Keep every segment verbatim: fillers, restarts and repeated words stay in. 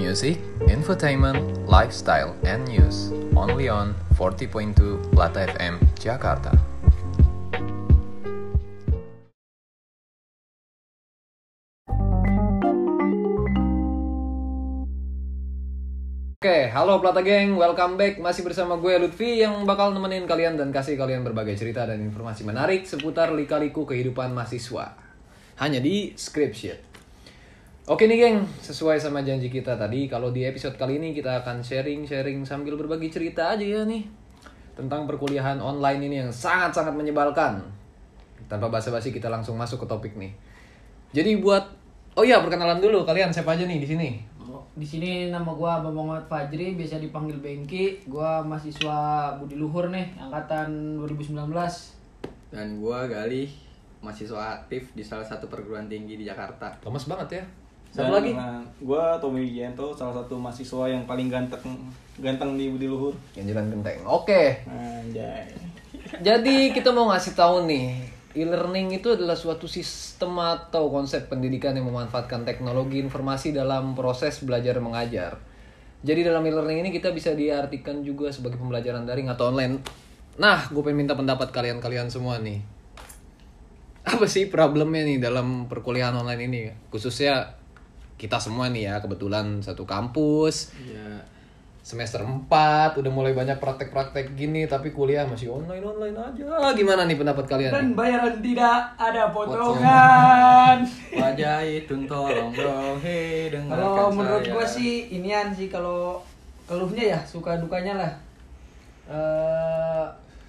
music, infotainment, lifestyle, and news. Only on forty point two Plata F M, Jakarta. Oke, halo Plata Geng, welcome back. Masih bersama gue Lutfi yang bakal nemenin kalian dan kasih kalian berbagai cerita dan informasi menarik seputar lika-liku kehidupan mahasiswa. Hanya di Scriptsheet. Oke nih geng, sesuai sama janji kita tadi, kalau di episode kali ini kita akan sharing-sharing sambil berbagi cerita aja ya nih tentang perkuliahan online ini yang sangat-sangat menyebalkan. Tanpa basa-basi kita langsung masuk ke topik nih. Jadi buat, oh iya perkenalan dulu, kalian siapa aja nih di sini? Di sini nama gua Bambang Muhammad Fajri, biasa dipanggil Bengki. Gua mahasiswa Budi Luhur nih, angkatan dua ribu sembilan belas. Dan gua Galih, mahasiswa aktif di salah satu perguruan tinggi di Jakarta. Lemes banget ya. Satu Dan, lagi? Nah, gue Tommy Gianto, salah satu mahasiswa yang paling ganteng ganteng di Budi Luhur. Yang jalan genteng. Oke. Anjay. Jadi kita mau ngasih tahu nih, e-learning itu adalah suatu sistem atau konsep pendidikan yang memanfaatkan teknologi informasi dalam proses belajar mengajar. Jadi dalam e-learning ini kita bisa diartikan juga sebagai pembelajaran daring atau online. Nah, gue pengen minta pendapat kalian-kalian semua nih. Apa sih problemnya nih dalam perkuliahan online ini? Khususnya kita semua nih ya, kebetulan satu kampus. Iya. Semester empat, udah mulai banyak praktek-praktek gini, tapi kuliah masih online-online aja. Gimana nih pendapat kalian? Dan nih? bayaran tidak ada potongan. Wajah itu tolong dong, hei dengarkan Kalau menurut saya. gua sih inian sih, kalau keluhnya ya suka dukanya lah. Eh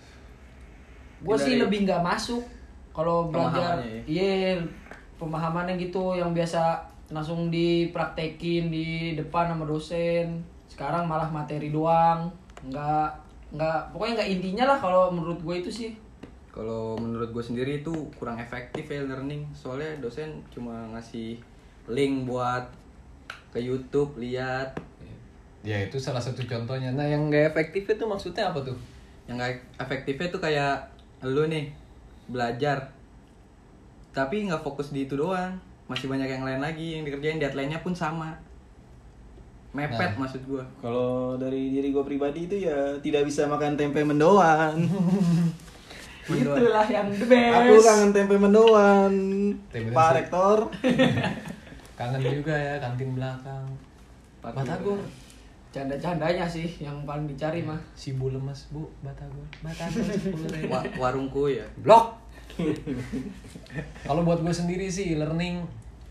gua Dari sih lebih nggak masuk kalau belajar. Pemahamannya ya? Iya, pemahamannya gitu yang biasa langsung dipraktekin di depan sama dosen. Sekarang malah materi doang, nggak nggak pokoknya nggak intinya lah kalau menurut gue itu sih. Kalau menurut gue sendiri itu kurang efektif ya learning. Soalnya dosen cuma ngasih link buat ke YouTube, lihat. Ya itu salah satu contohnya. Nah yang gak efektif itu maksudnya apa tuh? Yang gak efektifnya tuh kayak lu nih belajar, tapi nggak fokus di itu doang. Masih banyak yang lain lagi yang dikerjain, deadline-nya pun sama. Mepet Nah. maksud gua. Kalau dari diri gue pribadi itu ya tidak bisa makan tempe mendoan. Itulah yang the best. Aku kangen tempe mendoan. Tempe Pak nasi. Rektor. Kangen juga ya kantin belakang. Batagor. Canda-candanya sih yang paling dicari mah. Sibu lemas bu, Batagor. Batagor sepuluh ribu. Wa- warungku ya. Blok. Kalau buat gue sendiri sih learning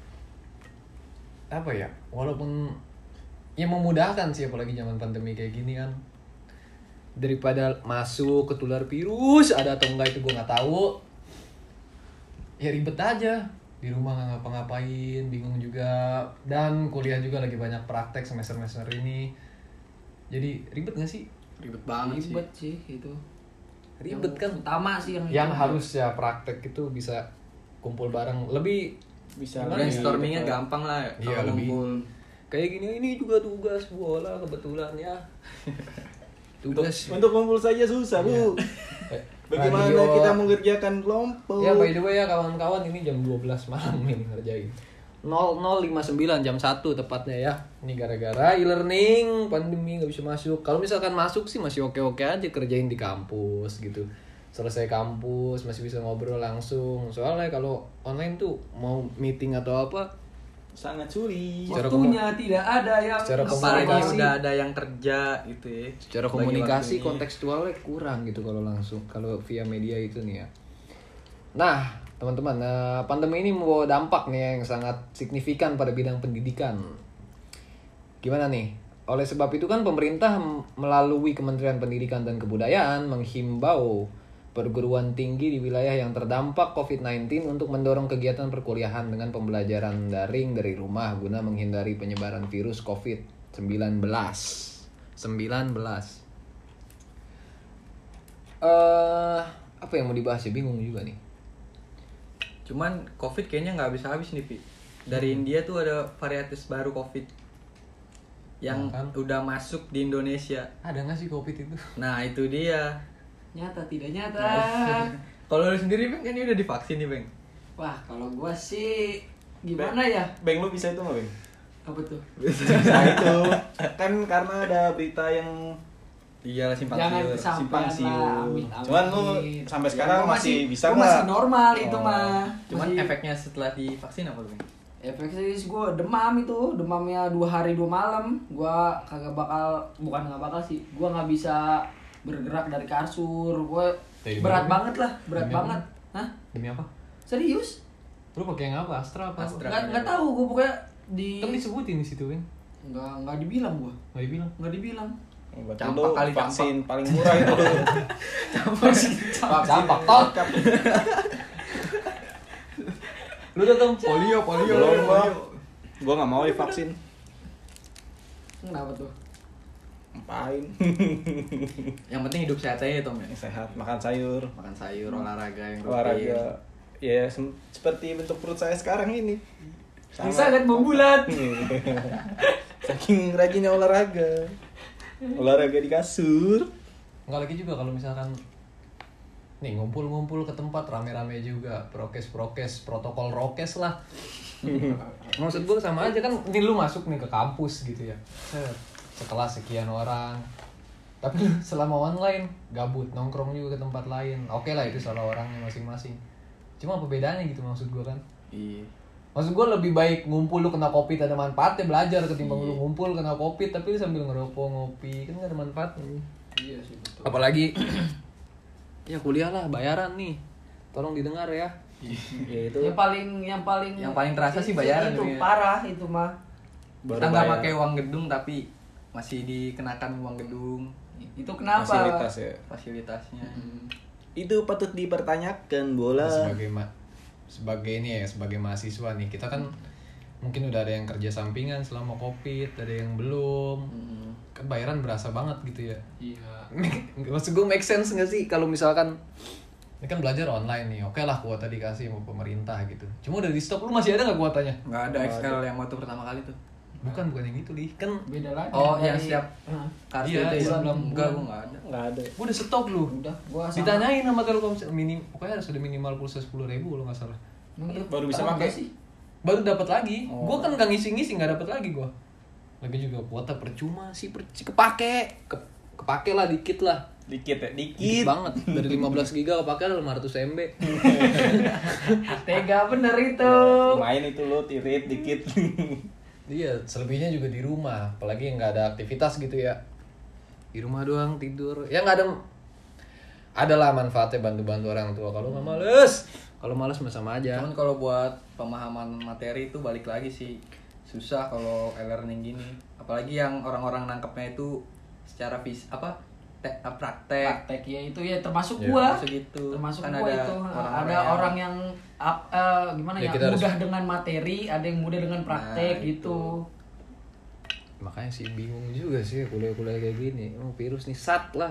apa ya, walaupun ya memudahkan sih apalagi zaman pandemi kayak gini kan, daripada masuk ketular virus ada atau enggak itu gue nggak tahu, ya ribet aja di rumah nggak ngapa-ngapain, bingung juga, dan kuliah juga lagi banyak praktek semester-semester ini, jadi ribet nggak sih? Ribet banget sih. Ribet sih itu. Ribet Yang kan, utama sih yang yang itu. harusnya praktek itu bisa kumpul bareng lebih Bisa Gimana ya? Brainstormingnya lebih- gampang lah Iya, kalau lebih. ngumpul. kayak gini, ini juga tugas bola kebetulan ya. Untuk, Tugas. untuk kumpul saja susah, Bu. Eh, Bagaimana radio- kita mengerjakan kelompok? Ya by the way ya kawan-kawan, ini jam dua belas malam ini ngerjain. nol nol lima sembilan jam satu tepatnya ya. Ini gara-gara e-learning, pandemi nggak bisa masuk. Kalau misalkan masuk sih masih oke-oke aja, kerjain di kampus gitu. Selesai kampus masih bisa ngobrol langsung. Soalnya kalau online tuh mau meeting atau apa, Sangat sulit. Secara Waktunya tidak ada yang secara Apalagi komunikasi. udah ada yang kerja gitu ya. secara Bagi komunikasi waktunya. kontekstualnya kurang gitu kalau langsung, kalau via media itu nih ya. Nah teman-teman, eh, pandemi ini membawa dampak nih yang sangat signifikan pada bidang pendidikan. Gimana nih? Oleh sebab itu kan pemerintah m- melalui Kementerian Pendidikan dan Kebudayaan menghimbau perguruan tinggi di wilayah yang terdampak covid sembilan belas untuk mendorong kegiatan perkuliahan dengan pembelajaran daring dari rumah guna menghindari penyebaran virus covid sembilan belas. sembilan belas. Eh, apa yang mau dibahas ya? Bingung juga nih. Cuman Covid kayaknya nggak habis-habis nih, Pi. Dari Hmm. India tuh ada varietas baru Covid yang Nah, kan. udah masuk di Indonesia. Ada nggak sih covid itu? Nah, itu dia. nyata tidak nyata. Kalau lu sendiri, Bang, kan ini udah divaksin nih, Bang. Wah, kalau gua sih gimana ya? Bang, lu bisa itu nggak, Bang? Apa tuh? Nah itu kan karena ada berita yang Iya, simpang Jangan siur. kesampaian simpang lah, siur. amin, amin. Cuman lu sampai sekarang gua masih bisa gua nggak? masih normal itu Oh. mah. Cuman Masih- efeknya setelah divaksin apa tuh? Bang? efeknya sih gue demam itu, demamnya dua hari dua malam. Gue kagak bakal, bukan nggak bakal sih, gue nggak bisa bergerak dari kasur. Gue Dari berat mana? banget lah, berat Demi apa? banget. Hah? Demi apa? Serius? Lu pakai yang apa? Astra apa? Astra. Nggak nggak tahu gue pokoknya di. Kan disebutin di situ, Wing. Nggak nggak dibilang gue, Nggak dibilang. nggak dibilang. Berarti Campak lu kali, vaksin paling murah itu. Vaksin Campak tol. Lu udah tuh Polio, polio. Belum gua. Gua nggak mau divaksin. Kenapa tuh? Ngapain? Yang penting hidup sehat aja Tom ya. Sehat, makan sayur, Makan sayur, olahraga yang rutin. olahraga. Ya sem- seperti bentuk perut saya sekarang ini. Yang sangat membulat. Saking rajinnya olahraga. Olahraga di kasur. Enggak lagi juga kalau misalkan nih ngumpul-ngumpul ke tempat rame-rame juga, prokes-prokes, protokol rokes lah. Maksud gue sama aja kan, ini lu masuk nih ke kampus gitu ya. Set, setelah sekian orang. Tapi lu selama online gabut, nongkrong juga ke tempat lain. Oke lah itu salah orangnya masing-masing. Cuma apa bedanya gitu maksud gue kan? Iya. Maksud gue lebih baik ngumpul lu kena covid ada manfaatnya belajar ketimbang Iya. lu ngumpul kena covid tapi lu sambil ngerokok ngopi kan gak ada manfaatnya. Iya sih betul. Apalagi ya kuliah lah bayaran nih, tolong didengar ya. Ya itu Yang paling yang paling Yang paling terasa sih itu- bayaran itu ya. parah itu mah. baru Kita nggak bayar. pakai uang gedung tapi masih dikenakan uang gedung Itu kenapa? Fasilitas ya. fasilitasnya. Hmm. Itu patut dipertanyakan bola. Sebagai ma sebagai ini ya sebagai mahasiswa nih kita kan mungkin udah ada yang kerja sampingan selama covid, ada yang belum. Hmm. Kan bayaran berasa banget gitu ya. Iya. Maksud gue make sense gak sih kalau misalkan ini kan belajar online nih, oke lah kuota dikasih sama pemerintah gitu. Cuma udah di stop, lu masih ada nggak kuotanya? Nggak ada X L yang waktu pertama kali tuh. Bukan bukan yang gitu li, kan Beda lagi. Oh, dari- yang siap. Heeh. Kartu Iya, itu ya? bulan- Enggak, bulan. gua nggak ada. Nggak ada. gue udah stop lu. Udah, gua sama. Ditanyain sama Telkomsel minim, pokoknya harus ada minimal pulsa sepuluh ribu kalau nggak salah. Emang gitu? Baru bisa Tahu pakai. nggak sih? Baru dapat lagi. Oh. Gue kan nggak ngisi-ngisi nggak dapat lagi gue. Lagi juga kuota percuma sih, per kepake, Ke kepake lah dikit lah. Dikit ya, Dikit dikit. banget dari lima belas giga kepake lima ratus M B. Tega bener itu. Main itu lo tirit dikit. Iya, selebihnya juga di rumah, apalagi nggak ada aktivitas gitu ya. Di rumah doang tidur. Ya nggak ada adalah manfaatnya bantu-bantu orang tua kalau nggak males. Kalau males mah sama aja. Cuman kalau buat pemahaman materi itu balik lagi sih susah kalau e-learning gini. Apalagi yang orang-orang nangkepnya itu secara vis apa te, ah, praktek. Praktek ya itu ya termasuk Ya, gua. termasuk gitu. Termasuk Kan gua ada itu. orang-orang Ada yang- orang yang up, eh, gimana Ya, ya? kita harus- Mudah dengan materi, ada yang mudah dengan praktek Nah, gitu. Makanya sih bingung juga sih kuliah-kuliah kayak gini. Emang virus nih sat lah.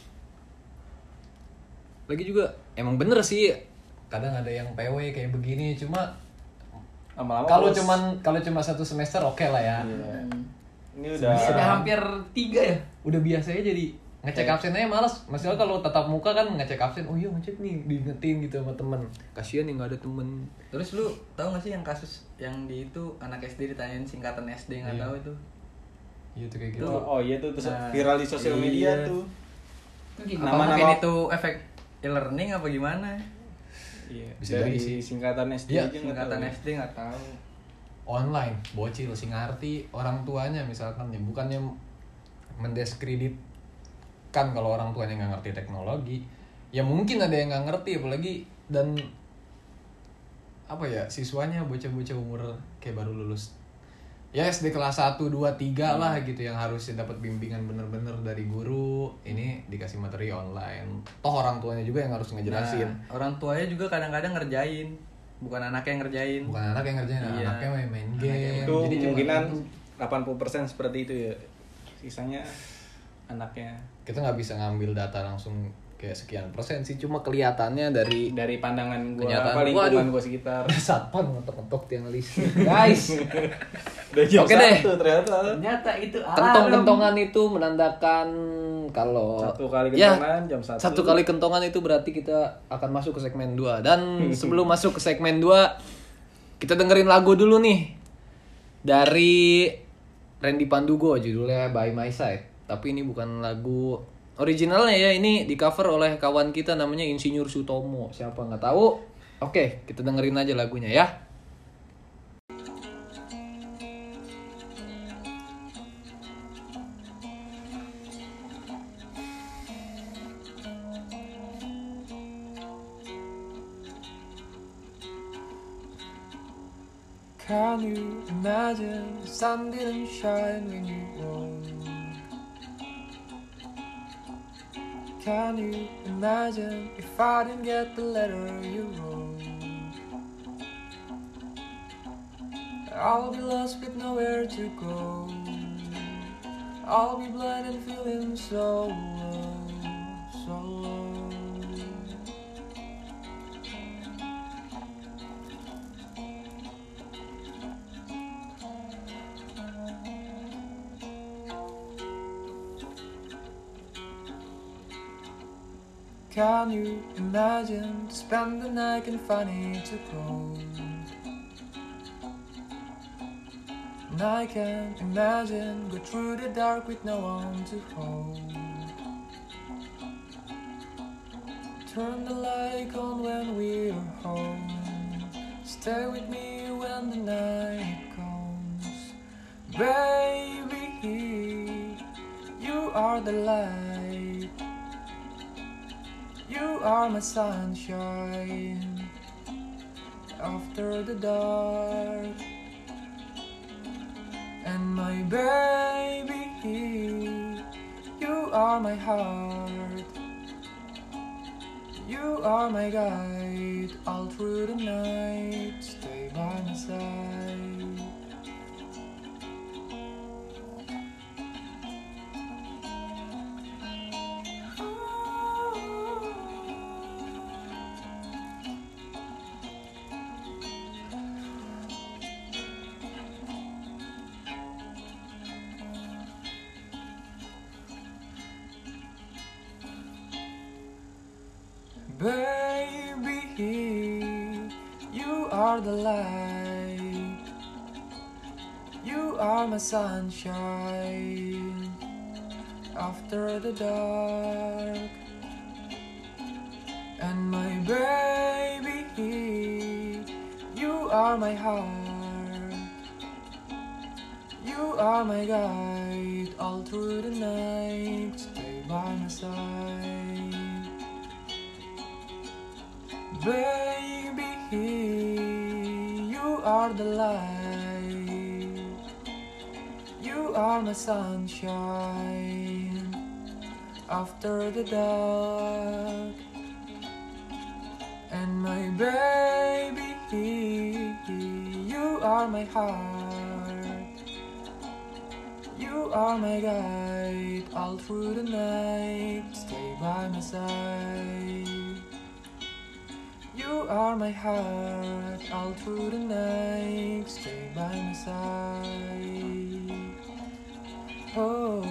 Lagi juga emang bener sih kadang ada yang P W kayak begini cuma Lama-lama kalau bolos. cuman kalau cuma satu semester oke lah ya. Iya. Hmm. Ini udah Sudah hampir tiga ya? Udah biasa aja jadi ngecek Iya. absen aja malas. Masalah kalau tatap muka kan ngecek absen, oh iya ngecek nih, diingetin gitu sama temen. Kasihan nih nggak ada temen. Terus lu tahu gak sih yang kasus yang di itu anak S D ditanyain singkatan S D nggak Iya. tahu itu? Iya tuh kayak gitu. Oh, oh iya tuh terus Nah, viral di sosial media iya. tuh. Itu gimana? Apa Nama-nama- mungkin itu efek e-learning apa gimana? Iya. Bisa Dari jadi sih. singkatan S D Iya, aja nggak Singkatan tahu. S D nggak tahu. Online, bocil sing ngerti orang tuanya misalkan ya bukannya mendiskreditkan kalau orang tuanya nggak ngerti teknologi. Ya mungkin ada yang nggak ngerti apalagi dan apa ya siswanya bocah-bocah umur kayak baru lulus ya S D kelas satu, dua, tiga lah gitu yang harusnya dapat bimbingan bener-bener dari guru, ini dikasih materi online. Toh orang tuanya juga yang harus ngejelasin. Nah, orang tuanya juga kadang-kadang ngerjain, bukan anaknya yang ngerjain. Bukan anak yang ngerjain, Iya. anaknya main, main Anaknya game. Itu Jadi cuma- kemungkinan delapan puluh persen seperti itu ya. Sisanya anaknya kita nggak bisa ngambil data langsung kayak sekian persen sih, cuma kelihatannya dari dari pandangan gua Kenyataan. apa lingkungan Waduh. gua sekitar. satpam ngetok-ngetok tiang listrik guys. Udah jam Oke deh. satu ternyata. Ternyata itu alarm. Kentong-kentongan itu menandakan kalau Satu kali ya, kentongan jam satu. satu kali kentongan itu berarti kita akan masuk ke segmen dua. Dan sebelum masuk ke segmen dua, kita dengerin lagu dulu nih. dari Randy Pandugo, judulnya By My Side. Tapi ini bukan lagu originalnya ya, ini di cover oleh kawan kita namanya Insinyur Sutomo. Siapa nggak tahu? Oke, kita dengerin aja lagunya ya. Can you imagine the sun didn't shine when you woke? Can you imagine if I didn't get the letter you wrote? I'll be lost with nowhere to go. I'll be blind and feeling so low, so low. Can you imagine to spend the night confining to cold? And I can't imagine go through the dark with no one to hold. Turn the light on when we're home. Stay with me when the night comes. Baby, you are the light. You are my sunshine after the dark. And my baby, you are my heart. You are my guide all through the night. Stay by my side. Baby, you are the light. You are my sunshine after the dark. And my baby, you are my heart. You are my guide all through the night. Stay by my side. Baby, you are the light. You are my sunshine after the dark. And my baby, you are my heart. You are my guide all through the night. Stay by my side. You are my heart all through the night. Stay by my side. Oh.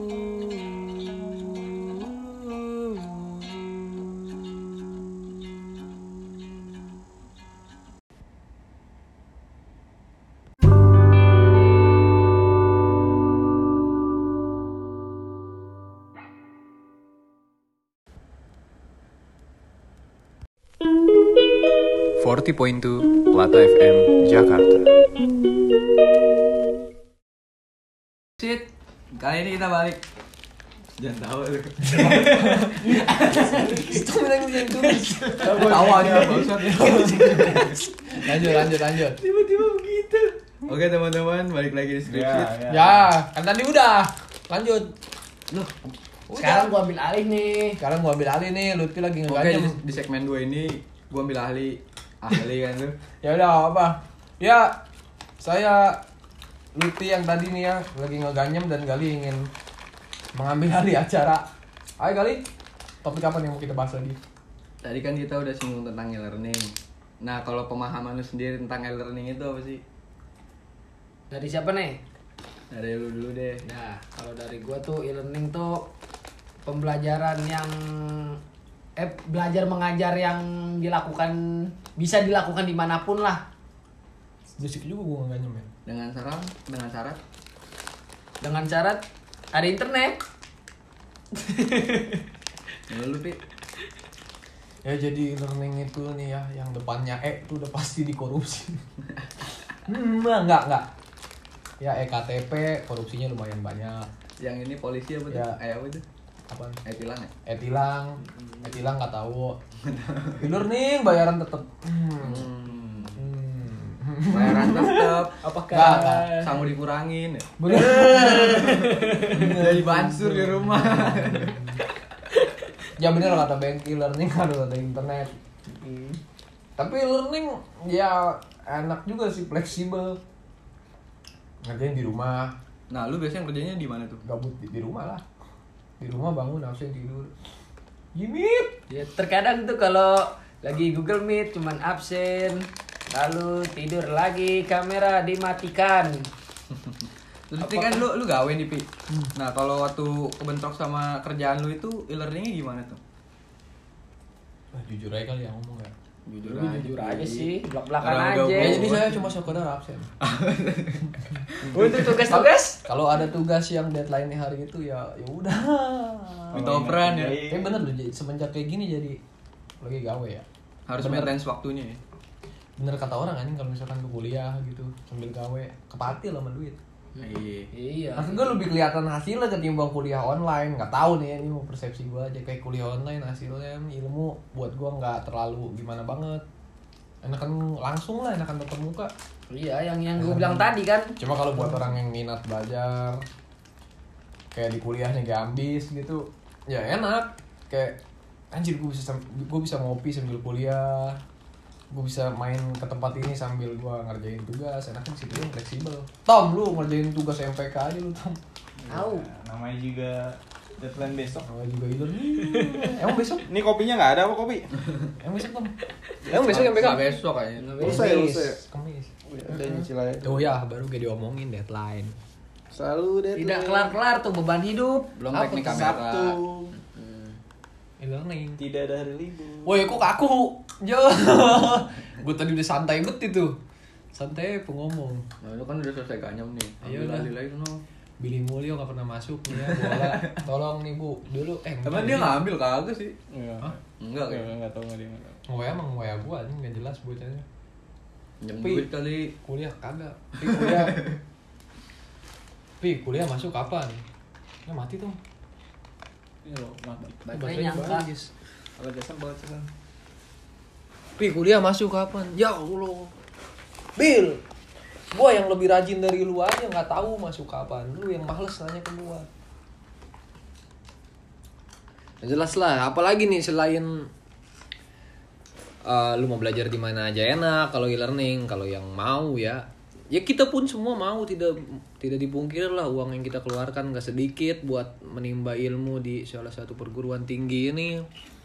forty point two Plata F M Jakarta. Shit, kali ini kita balik. Jangan tahu lu. Itu bilang jangan tulis. Tahu aja bangsat. Lanjut lanjut lanjut. Tiba-tiba begitu. Oke teman-teman, balik lagi di skripsi. Ya, ya. Ya, kan tadi udah. Lanjut. Loh, sekarang gua ambil alih nih. Sekarang gua ambil alih nih, Lutfi lagi Oke, ngeganjem. di, di segmen dua ini gua ambil ahli ahli kan tuh. Ya udah apa? Ya, saya Lutfi yang tadi nih ya lagi ngeganjem dan Gali ingin mengambil alih acara. Ayo Gali, topik apa nih yang mau kita bahas lagi? Tadi kan kita udah singgung tentang e-learning. Nah, kalau pemahaman lu sendiri tentang e-learning itu apa sih? Dari siapa nih? Dari lu dulu deh. Nah, kalau dari gua tuh e-learning tuh pembelajaran yang eh belajar mengajar yang dilakukan bisa dilakukan dimanapun lah. Basic juga gue nggak nyam ya. Dengan syarat, dengan syarat. Dengan syarat ada internet. Lu Pi. Ya jadi learning itu nih ya, yang depannya E itu udah pasti dikorupsi. hmm, enggak, enggak. Ya E K T P, korupsinya lumayan banyak. Yang ini polisi apa tuh? Ya. Eh apa itu? Apaan? Eh tilang ya? E tilang, E tilang nggak tahu. E-learning bayaran tetap. Hmm. Hmm. Hmm. Bayaran tetap. Apakah Nggak, nggak. Sama dikurangin ya? Bener. Jadi bansur di rumah. Ya bener kata Bengki, learning harus ada internet. Tapi learning ya enak juga sih, fleksibel. Ngerjain di rumah, Nah, lu biasanya kerjanya di mana tuh? gabut di, di rumah lah. Di rumah bangun absen tidur. Jimit. Ya terkadang tuh kalau lagi Google Meet cuman absen, lalu tidur lagi, kamera dimatikan. Terus Pi, kan lu lu gawe nih Pi. Nah, kalau waktu kebentrok sama kerjaan lu itu e-learningnya gimana tuh? Wah, jujur aja kali yang ngomong ya. Jujur Lu jujur aja sih, belak-belakan Orang aja. udah Ya, jadi Buat. saya cuma sekedar absen. Untuk tugas-tugas Kalau ada tugas yang deadline-nya hari itu ya ya udah. Minta operan ya. Tapi bener loh, jadi semenjak kayak gini jadi lagi gawe ya. Harus Bener. maintenance waktunya ya. Bener kata orang anjing kalau misalkan ke kuliah gitu sambil gawe kepati lah sama duit. Iya. Iya. Maksud gue lebih kelihatan hasilnya ketimbang kuliah online. Nggak tahu nih, ini mau persepsi gue aja. Kayak kuliah online hasilnya ilmu buat gue nggak terlalu gimana banget. Enakan langsung lah, enakan tatap muka. Iya, yang yang gue bilang tadi kan. Cuma kalau buat orang yang minat belajar, kayak di kuliahnya gak ambis gitu, ya enak. Kayak anjir gue bisa gue bisa ngopi sambil kuliah, gue bisa main ke tempat ini sambil gue ngerjain tugas. Enaknya di situ yang fleksibel. Tom, lu ngerjain tugas M P K aja lu Tom. Tahu. Nah, namanya juga deadline besok. Oh juga itu nih. Emang besok? Ini kopinya nggak ada apa kopi? Emang besok Tom? Emang besok M P K? Nggak besok kayaknya. Lusa ya, lusa ya. Kemis. Udah nyicil aja. Oh ya, baru kayak diomongin deadline. Selalu deadline. Tidak kelar-kelar tuh beban hidup. Belum Apa teknik tuh? kamera. Sabtu. E-learning. Tidak ada hari libur. Woi, kok kaku? Jo. Gue tadi udah santai banget itu. Santai pengomong. Nah, lu kan udah selesai ganyam nih. Ayo Ambil dah. alih lagi no. Billy Mulyo gak pernah masuk nih ya bola. Tolong nih Bu. Dulu eh Emang dia ngambil kagak sih? Enggak. Hah? Enggak Enggak, kayak. enggak tahu enggak dia enggak tahu. Oh ya emang W A gua anjing gak jelas bocahnya. Pinjam Pi. duit kali. Kuliah kagak. Pi kuliah. Pi kuliah masuk kapan? Ya mati tuh. Ini loh, mati. Baterainya nyangka. Kalau jasa bawa jasa. Pi kuliah masuk kapan? Ya Allah. Bil. Gua yang lebih rajin dari lu aja nggak tahu masuk kapan. Lu yang males nanya ke gua. Jelas lah, apalagi nih selain uh, lu mau belajar di mana aja enak kalau e-learning, kalau yang mau ya. Ya kita pun semua mau, tidak tidak dipungkir lah uang yang kita keluarkan gak sedikit buat menimba ilmu di salah satu perguruan tinggi ini.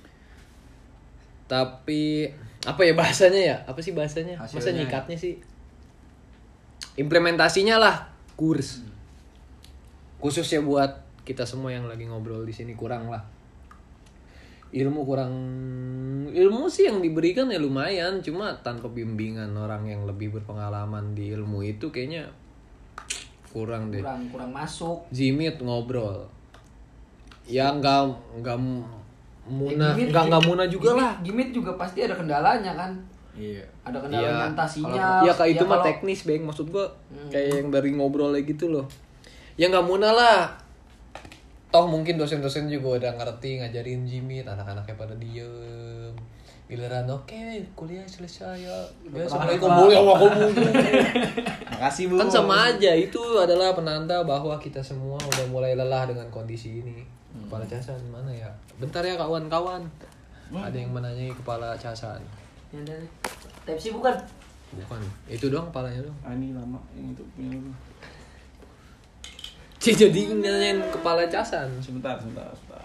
Tapi apa ya bahasanya ya? Apa sih bahasanya? Masa Hasilnya. nyikatnya sih? Implementasinya lah kurs. Khususnya buat kita semua yang lagi ngobrol di sini kurang lah. Ilmu kurang ilmu sih yang diberikan ya lumayan, cuma tanpa bimbingan orang yang lebih berpengalaman di ilmu itu kayaknya kurang deh. Kurang kurang masuk. Jimit ngobrol. Ya nggak nggak muna Ya, gimit- nggak nggak muna juga gimit- lah. Gimit juga pasti ada kendalanya kan. Iya. Ada kendala Iya, mentasinya. Iya kayak itu Ya, mah kalau- teknis, Bang. Maksud gua Hmm. kayak yang dari ngobrol kayak gitu loh. Ya nggak muna lah. Toh mungkin dosen-dosen juga udah ngerti ngajarin Jimmy, anak-anaknya pada diem. Giliran oke, kuliah selesai ya. Ya assalamualaikum boleh sama kamu. Makasih, Bu. Kan sama aja, itu adalah penanda bahwa kita semua udah mulai lelah dengan kondisi ini. Kepala casan mana ya? Bentar ya kawan-kawan. Ada yang menanyai kepala casan. Ya, dari Tepsi bukan? Bukan, itu doang kepalanya doang. Ah, ini lama ini tuh punya lu. Cih, jadi nanyain kepala casan. Sebentar, sebentar, sebentar.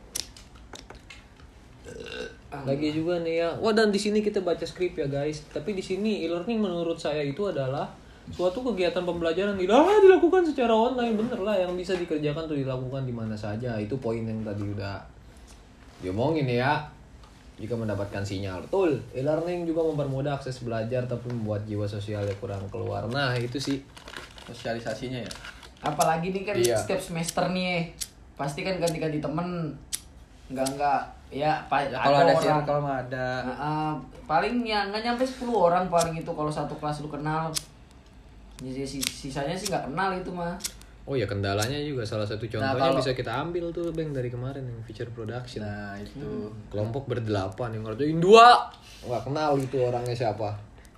Lagi juga nih ya. Wah, dan di sini kita baca skrip ya guys. Tapi di sini e-learning menurut saya itu adalah suatu kegiatan pembelajaran tidak dilakukan secara online. Bener lah, yang bisa dikerjakan tuh dilakukan di mana saja. Itu poin yang tadi udah diomongin ya. jika mendapatkan sinyal. Betul, e-learning juga mempermudah akses belajar tapi membuat jiwa sosialnya kurang keluar. Nah, itu sih Sosialisasinya ya. Apalagi nih kan Iya. setiap semester nih pasti kan ganti-ganti temen. Enggak enggak ya pa- Ya, kalau ada orang. circle mah ada. Nah, uh, paling ya nggak nyampe sepuluh orang paling itu kalau satu kelas lu kenal. Jadi sis- sisanya sih nggak kenal itu mah. oh ya kendalanya juga salah satu contohnya kalau- bisa kita ambil tuh Bang dari kemarin yang feature production. Nah, itu. Kelompok berdelapan yang ngerjain dua. Nggak kenal itu orangnya siapa.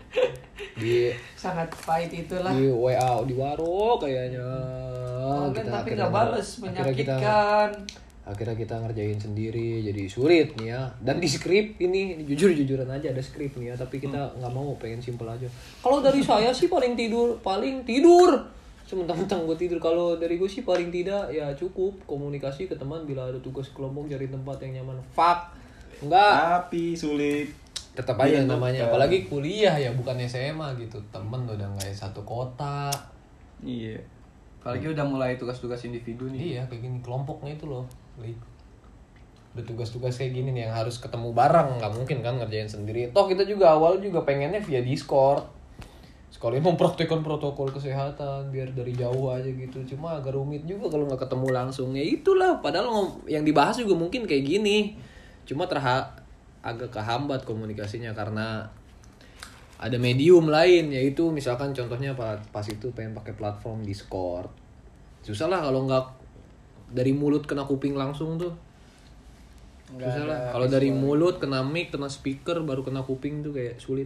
Di Sangat pahit itulah. di W A di waro kayaknya. Online Kita tapi akhirnya- nggak bales, akhirnya kita menyakitkan. akhirnya kita ngerjain sendiri jadi sulit nih ya. Dan di skrip ini jujur jujuran aja ada skrip nih ya, tapi kita nggak mau, pengen simpel aja. Kalau dari saya sih paling tidur paling tidur sementang-mentang gue tidur. Kalau dari gue sih paling tidak ya cukup komunikasi ke teman bila ada tugas kelompok, cari tempat yang nyaman. Fuck enggak, Tapi sulit. tetap aja Iya, namanya, betul. apalagi kuliah ya bukan S M A gitu, temen udah nggak satu kota. Iya. Apalagi udah mulai tugas-tugas individu nih. Iya kayak gini kelompoknya itu loh, Li. Udah tugas-tugas kayak gini nih yang harus ketemu bareng, nggak mungkin kan ngerjain sendiri. Toh kita juga awal juga pengennya via Discord sekalian mempraktekkan protokol kesehatan biar dari jauh aja gitu. Cuma agak rumit juga kalau nggak ketemu langsung. Ya itulah, padahal ngom- yang dibahas juga mungkin kayak gini. Cuma terha agak kehambat komunikasinya karena ada medium lain, yaitu misalkan contohnya pas, pas itu pengen pakai platform Discord. Susah lah kalau nggak dari mulut kena kuping langsung tuh. Nggak Susah ada lah. Kalau dari visual. mulut kena mic, kena speaker, baru kena kuping tuh kayak sulit.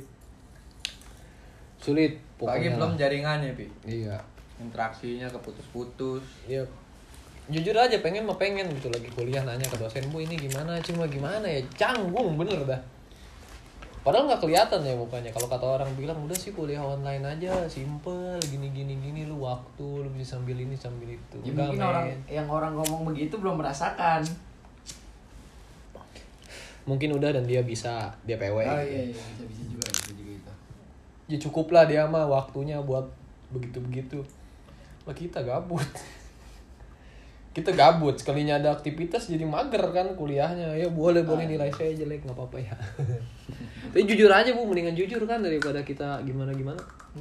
Sulit Apalagi pokoknya belum lah. jaringannya, Pi. Iya. Interaksinya keputus-putus. Iya. Jujur aja pengen mah pengen gitu lagi kuliah nanya ke dosen, "Bu, ini gimana?" Cuma gimana ya? Canggung bener dah. Padahal nggak kelihatan ya mukanya. Kalau kata orang bilang udah sih kuliah online aja, simple, gini gini gini lu waktu lu bisa sambil ini sambil itu. Ya, Enggak, mungkin men. orang yang orang ngomong begitu belum merasakan. Mungkin udah dan dia bisa dia P W. Oh gitu. iya, iya bisa bisa juga bisa juga itu. Ya cukup lah dia mah waktunya buat begitu-begitu. Lah kita gabut. Kita gabut, sekalinya ada aktivitas jadi mager kan kuliahnya. Ya boleh boleh nilai saya jelek nggak apa-apa ya. Tapi jujur aja Bu, mendingan jujur kan daripada kita gimana-gimana.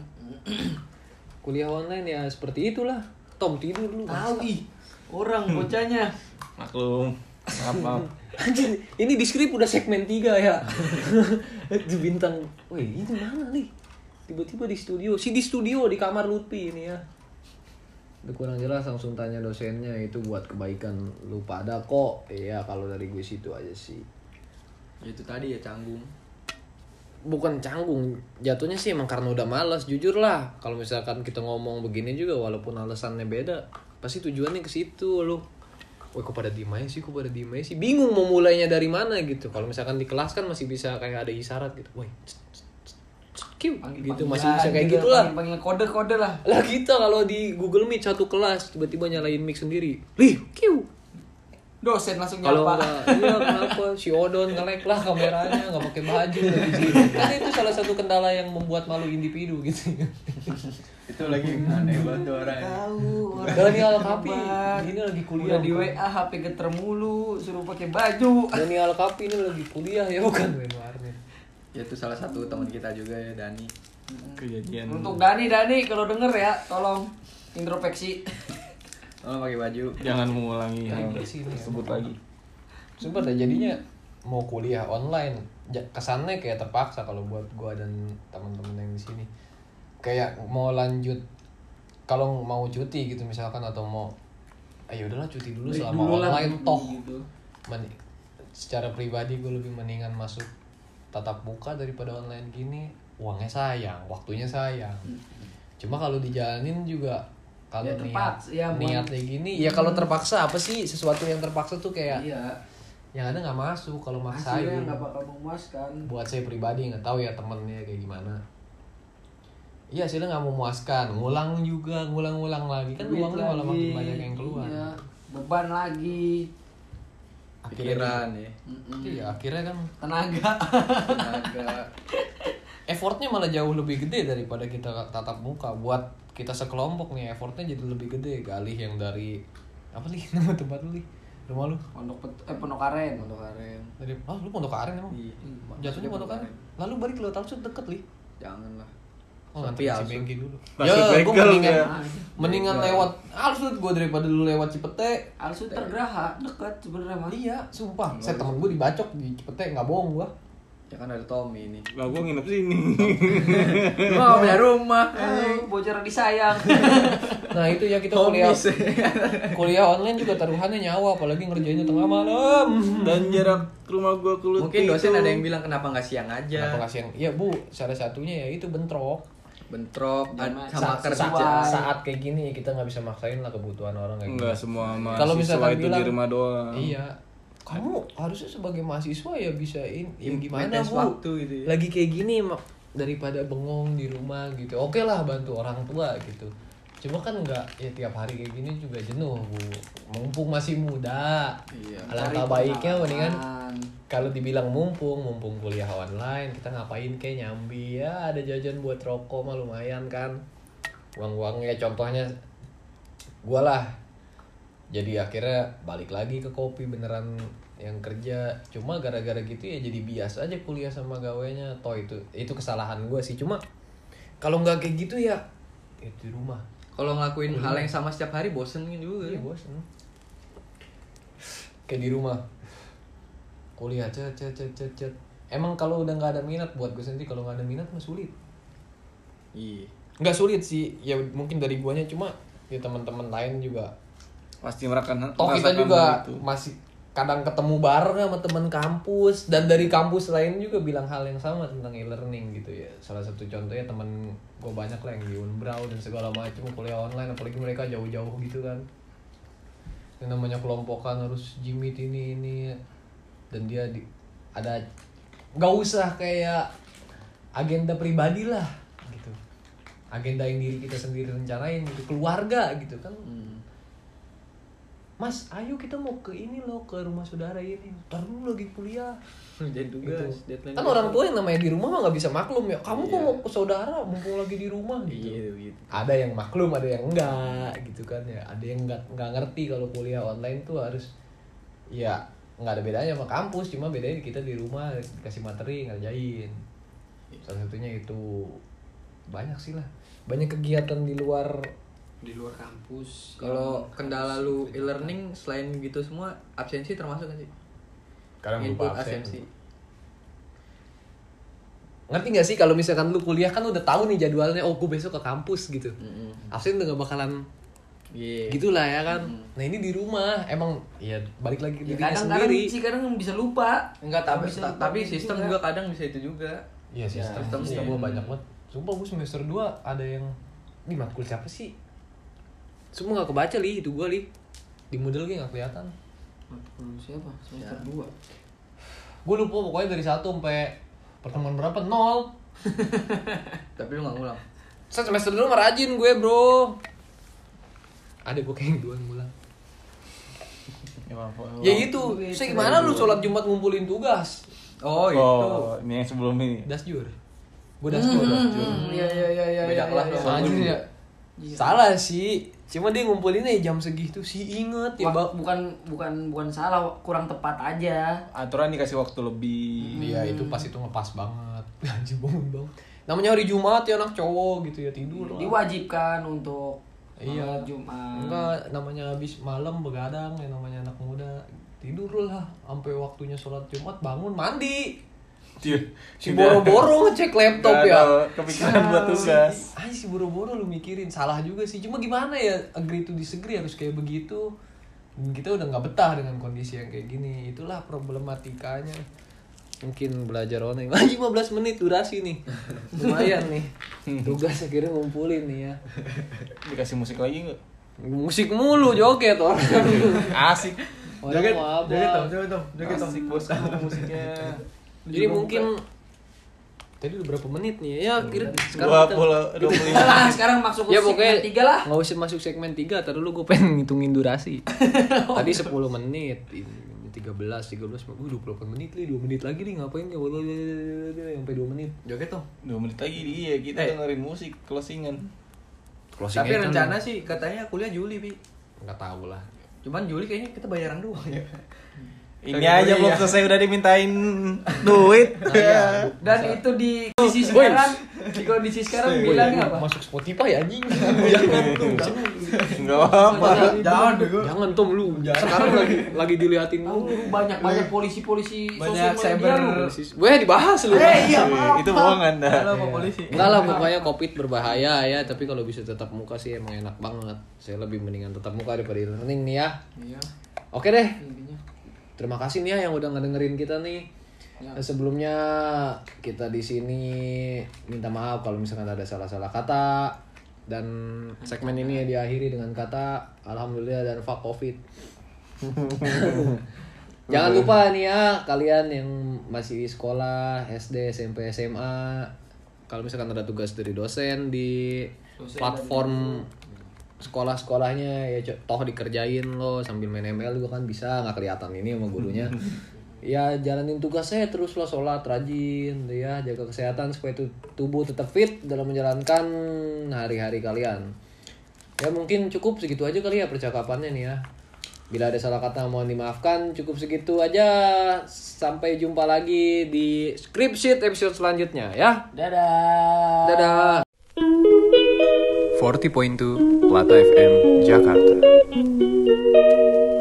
Kuliah online ya seperti itulah. Tom tidur lu. Tahu ih, orang bocahnya. Maklum. Maaf, maaf. Anjir, ini di skrip udah segmen tiga ya. Di bintang. Wih, ini mana nih? Tiba-tiba di studio. Si di studio di kamar Lutfi ini ya. Udah kurang jelas langsung tanya dosennya, itu buat kebaikan lu pada kok. Iya, kalau dari gue situ aja sih. Ya, itu tadi ya canggung. Bukan canggung, jatuhnya sih emang karena udah malas, jujur lah. Kalau misalkan kita ngomong begini juga walaupun alasannya beda, pasti tujuannya ke situ lu. Woi, kok pada diem aja sih, kok pada diem aja sih. Bingung mau mulainya dari mana gitu. Kalau misalkan di kelas kan masih bisa kayak ada isyarat gitu. Woi, Q gitu masih bisa kayak gitu lah. Panggil kode-kode lah. Lah kita kalau di Google Meet satu kelas tiba-tiba nyalain mic sendiri. Lih, Q. Dosen langsung Kalau nyapa. enggak, iya kenapa si Odon nge-lag lah kameranya, nggak pakai baju dari sini. Kan itu salah satu kendala yang membuat malu individu gitu. Itu lagi aneh banget tuh orang. Tahu orang. Daniel Kapi, hebat. ini lagi kuliah. Udah di W A H P geter mulu, suruh pakai baju. Daniel Kapi ini lagi kuliah ya bukan main warnet. Ya, itu salah satu teman kita juga ya, Dani. Kejadian. Untuk Dani, Dani kalau denger ya, tolong introspeksi. Oh, pakai baju. Jangan mengulangi hal Kayak sini ya. tersebut lagi. Sumpah dah jadinya mau kuliah online, ja- kesannya kayak terpaksa kalau buat gua dan teman-teman yang di sini. Kayak mau lanjut kalau mau cuti gitu misalkan atau mau ayo udahlah cuti dulu selama Dulu lah, online toh. gitu. Men- secara pribadi gue lebih mendingan masuk tatap muka daripada online gini. Uangnya sayang, waktunya sayang. Cuma kalau dijalanin juga kalau Ya, niat terpaksa, ya, buat- niatnya gini, ya kalau terpaksa apa sih sesuatu yang terpaksa tuh kayak Iya. yang ada nggak masuk kalau maksain. Hasilnya nggak bakal memuaskan. Buat saya pribadi nggak tahu ya temennya kayak gimana. Iya hasilnya nggak memuaskan, ngulang juga, ngulang-ngulang lagi kan Duit uangnya malah makin lagi. banyak yang keluar. Iya. Beban lagi. Pikiran ya. Mm-mm. Iya akhirnya kan Tenaga. Tenaga. effortnya malah jauh lebih gede daripada kita tatap muka. Buat kita sekelompok nih effortnya jadi lebih gede. Galih yang dari apa nih nama tempat lu nih? Rumah lu? Pondok Pet- eh Pondok Aren. Pondok Aren. Dari oh lu Pondok Aren emang? Iya. Jatuhnya Pondok Aren. Lalu balik ke Laut Sud deket li. Jangan lah. Oh, Tapi nanti si Alsut. Bengki dulu. Masuk Ya, gue begal mendingan ya. mendingan Begal. lewat Alsut gue daripada lu lewat Cipete. Alsut Tergraha dekat sebenarnya mah. Iya, sumpah. Saya temen gue dibacok di Cipete, nggak bohong gua. Ya kan ada Tommy ini. Lah gua nginep sini. Lu gak punya rumah. Oh, bocor disayang. Nah itu ya kita kuliah Homies. kuliah online juga taruhannya nyawa, apalagi ngerjainnya tengah malam. Dan jarak rumah gua ke Lutfi Mungkin dosen itu- ada yang bilang kenapa nggak siang aja. Kenapa nggak siang? Iya bu, salah satunya ya itu bentrok. Bentrok Jam- ad- sama saat- kerja. sesuai. Saat kayak gini kita nggak bisa maksain lah kebutuhan orang kayak Enggak gitu. semua mahasiswa Kalau misalkan itu bilang- di rumah doang. Iya. Kamu harusnya sebagai mahasiswa ya bisain ya gimana Maintenance bu? waktu gitu ya. Lagi kayak gini mak- daripada bengong di rumah gitu. Oke lah bantu orang tua gitu. Cuma kan nggak ya tiap hari kayak gini juga jenuh bu. Mumpung masih muda. Iya. Alangkah Cari baiknya mendingan pengalaman. kalau dibilang mumpung, mumpung kuliah online, kita ngapain kayak nyambi ya ada jajan buat rokok mah lumayan kan. Uang-uangnya contohnya gua lah. Jadi akhirnya balik lagi ke kopi beneran yang kerja. Cuma gara-gara gitu ya jadi biasa aja kuliah sama gawainya. Toh itu itu kesalahan gua sih. Cuma kalau nggak kayak gitu ya itu di rumah. Kalau ngelakuin Kuliah. hal yang sama setiap hari bosen juga. Iya bosan. Kayak di rumah kuliah cet cet cet cet cet. Emang kalau udah nggak ada minat buat gue sendiri, kalau nggak ada minat mah sulit. Iya. Nggak sulit sih, ya mungkin dari guanya, cuma ya teman-teman lain juga. Pasti merasakan. Toh kita merasakan juga hal itu. masih kadang ketemu bareng sama teman kampus dan dari kampus lain juga bilang hal yang sama tentang e-learning gitu ya. Salah satu contohnya teman gue banyak lah yang di Unbrau dan segala macam kuliah online, apalagi mereka jauh-jauh gitu kan. Yang namanya kelompokan harus jimit ini ini dan dia di, ada nggak usah kayak agenda pribadi lah gitu, agenda yang diri kita sendiri rencanain gitu, keluarga gitu kan. Hmm. Mas, ayo kita mau ke ini loh, ke rumah saudara ini. Ntar dulu lagi kuliah. Jadi tugas, Gitu. deadline. Kan orang tua yang namanya di rumah mah nggak bisa maklum ya. Kamu kok Iya. mau ke saudara, mumpung lagi di rumah gitu. Iya gitu. Ada yang maklum, ada yang enggak gitu kan ya. Ada yang nggak nggak ngerti kalau kuliah online tuh harus ya nggak ada bedanya sama kampus, cuma bedanya kita di rumah dikasih materi ngerjain. Salah satunya itu banyak sih lah. Banyak kegiatan di luar. Di luar kampus. Kalau kendala lu e-learning selain gitu semua absensi termasuk kan sih? Sekarang Input lupa absen. absensi. Ngerti gak sih kalau misalkan lu kuliah kan udah tahu nih jadwalnya, oh gue besok ke kampus gitu. Mm-mm. Absen udah gak bakalan Iya. gitulah ya kan. Mm. Nah ini di rumah emang ya balik lagi ke Ya, dirinya kadang-kadang sendiri. sih kadang bisa lupa. Enggak, tapi Bisa lupa tapi gitu sistem juga. juga kadang bisa itu juga. Iya sistem, sistem sistem sih. gue banyak banget. Sumpah gue semester dua ada yang di matkul siapa sih? Semua gak kebaca li, itu gue li. Di model gue gak kelihatan. Matkul siapa? Semester Ya. dua. Gue lupa pokoknya dari satu sampai pertemuan berapa? Nol. Tapi lu enggak ngulang. Saya semester dua mah rajin gue bro. Ada gue kayak yang dua yang ngulang. Ya, maaf, maaf. Ya gitu, saya gimana lu sholat Jumat ngumpulin tugas? Oh, itu. Oh, ini yang sebelum ini. Dasjur. Gue dasjur, dasjur. Hmm, iya iya iya iya. Beda iya, kelas iya, dong. iya. Anjir ya. Iya. Salah sih. Cuma dia ngumpulinnya jam segitu sih inget ya, Wah, Bang. bukan bukan bukan salah, kurang tepat aja. Aturan dikasih waktu lebih. Iya, itu pas itu ngepas banget. Anjir bangun bang. Namanya hari Jumat ya anak cowok gitu ya tidur lah. Diwajibkan untuk Iya. sholat Jumat. Enggak, namanya habis malam begadang ya namanya anak muda. Tidur lah sampai waktunya sholat Jumat bangun mandi. Dia Si boro-boro ngecek laptop Nggak ya. ada kepikiran buat tugas. Ah si boro-boro lu mikirin, salah juga sih. Cuma gimana ya, agree to disagree harus kayak begitu. Dan kita udah nggak betah dengan kondisi yang kayak gini. Itulah problematikanya. Mungkin belajar online. Wah, lima belas menit durasi nih. Lumayan nih. Tugas akhirnya ngumpulin nih ya. Dikasih musik lagi nggak? Musik mulu joget orang. Asik. Orang Joget, mau apa? joget dong, joget dong, joget dong. Asik bosku musiknya. Jadi mungkin tadi udah berapa menit nih ya? Kira Dua sekarang kita puluh dua puluh Udah lima. lah, sekarang masuk ke ya pokoknya segmen tiga lah. nggak usah masuk segmen tiga, tar dulu gue pengen ngitungin durasi. Tadi sepuluh menit, ini tiga belas, tiga belas, uh, dua puluh delapan menit nih, dua menit lagi nih ngapain ya? Sampai dua menit. Joget dong. Dua menit lagi dia kita Eh. dengerin musik closingan. Tapi rencana sih katanya kuliah Juli, Pi. nggak tahu lah. Cuman Juli kayaknya kita bayaran doang ya. Ini aja belum selesai udah dimintain duit. Iya. Dan itu di kondisi sekarang, di kondisi sekarang bilangnya apa? Masuk Spotify anjing. Jangan tuh, enggak apa-apa. Jangan dulu. Jangan Tom lu. Sekarang lagi lagi diliatin lu. Banyak banyak polisi-polisi Banyak sosial media cyber- lu. Weh dibahas lu. Eh iya, maaf, Itu maaf. bohong Anda. Halo Pak Polisi. Enggak lah, pokoknya Covid berbahaya ya, tapi kalau bisa tetap muka sih emang enak banget. Saya lebih mendingan tetap muka daripada e-learning nih ya. Iya, Oke deh. intinya. Terima kasih nih ya yang udah ngedengerin kita nih. Ya. Dan sebelumnya kita di sini minta maaf kalau misalkan ada salah-salah kata, dan segmen ini diakhiri dengan kata alhamdulillah dan fuck Covid. Jangan lupa nih ya kalian yang masih di sekolah S D, S M P, S M A, kalau misalkan ada tugas dari dosen di Dosen platform sekolah-sekolahnya ya co- toh dikerjain lo sambil main M L juga kan bisa, nggak kelihatan ini sama gurunya. Ya jalanin tugasnya terus lo, sholat rajin ya, jaga kesehatan supaya tu- tubuh tetap fit dalam menjalankan hari-hari kalian. Ya mungkin cukup segitu aja kali ya percakapannya nih ya. Bila ada salah kata mohon dimaafkan. Cukup segitu aja. Sampai jumpa lagi di Script Sheet episode selanjutnya ya. Dadah. Dadah. empat puluh point dua Plata F M Jakarta.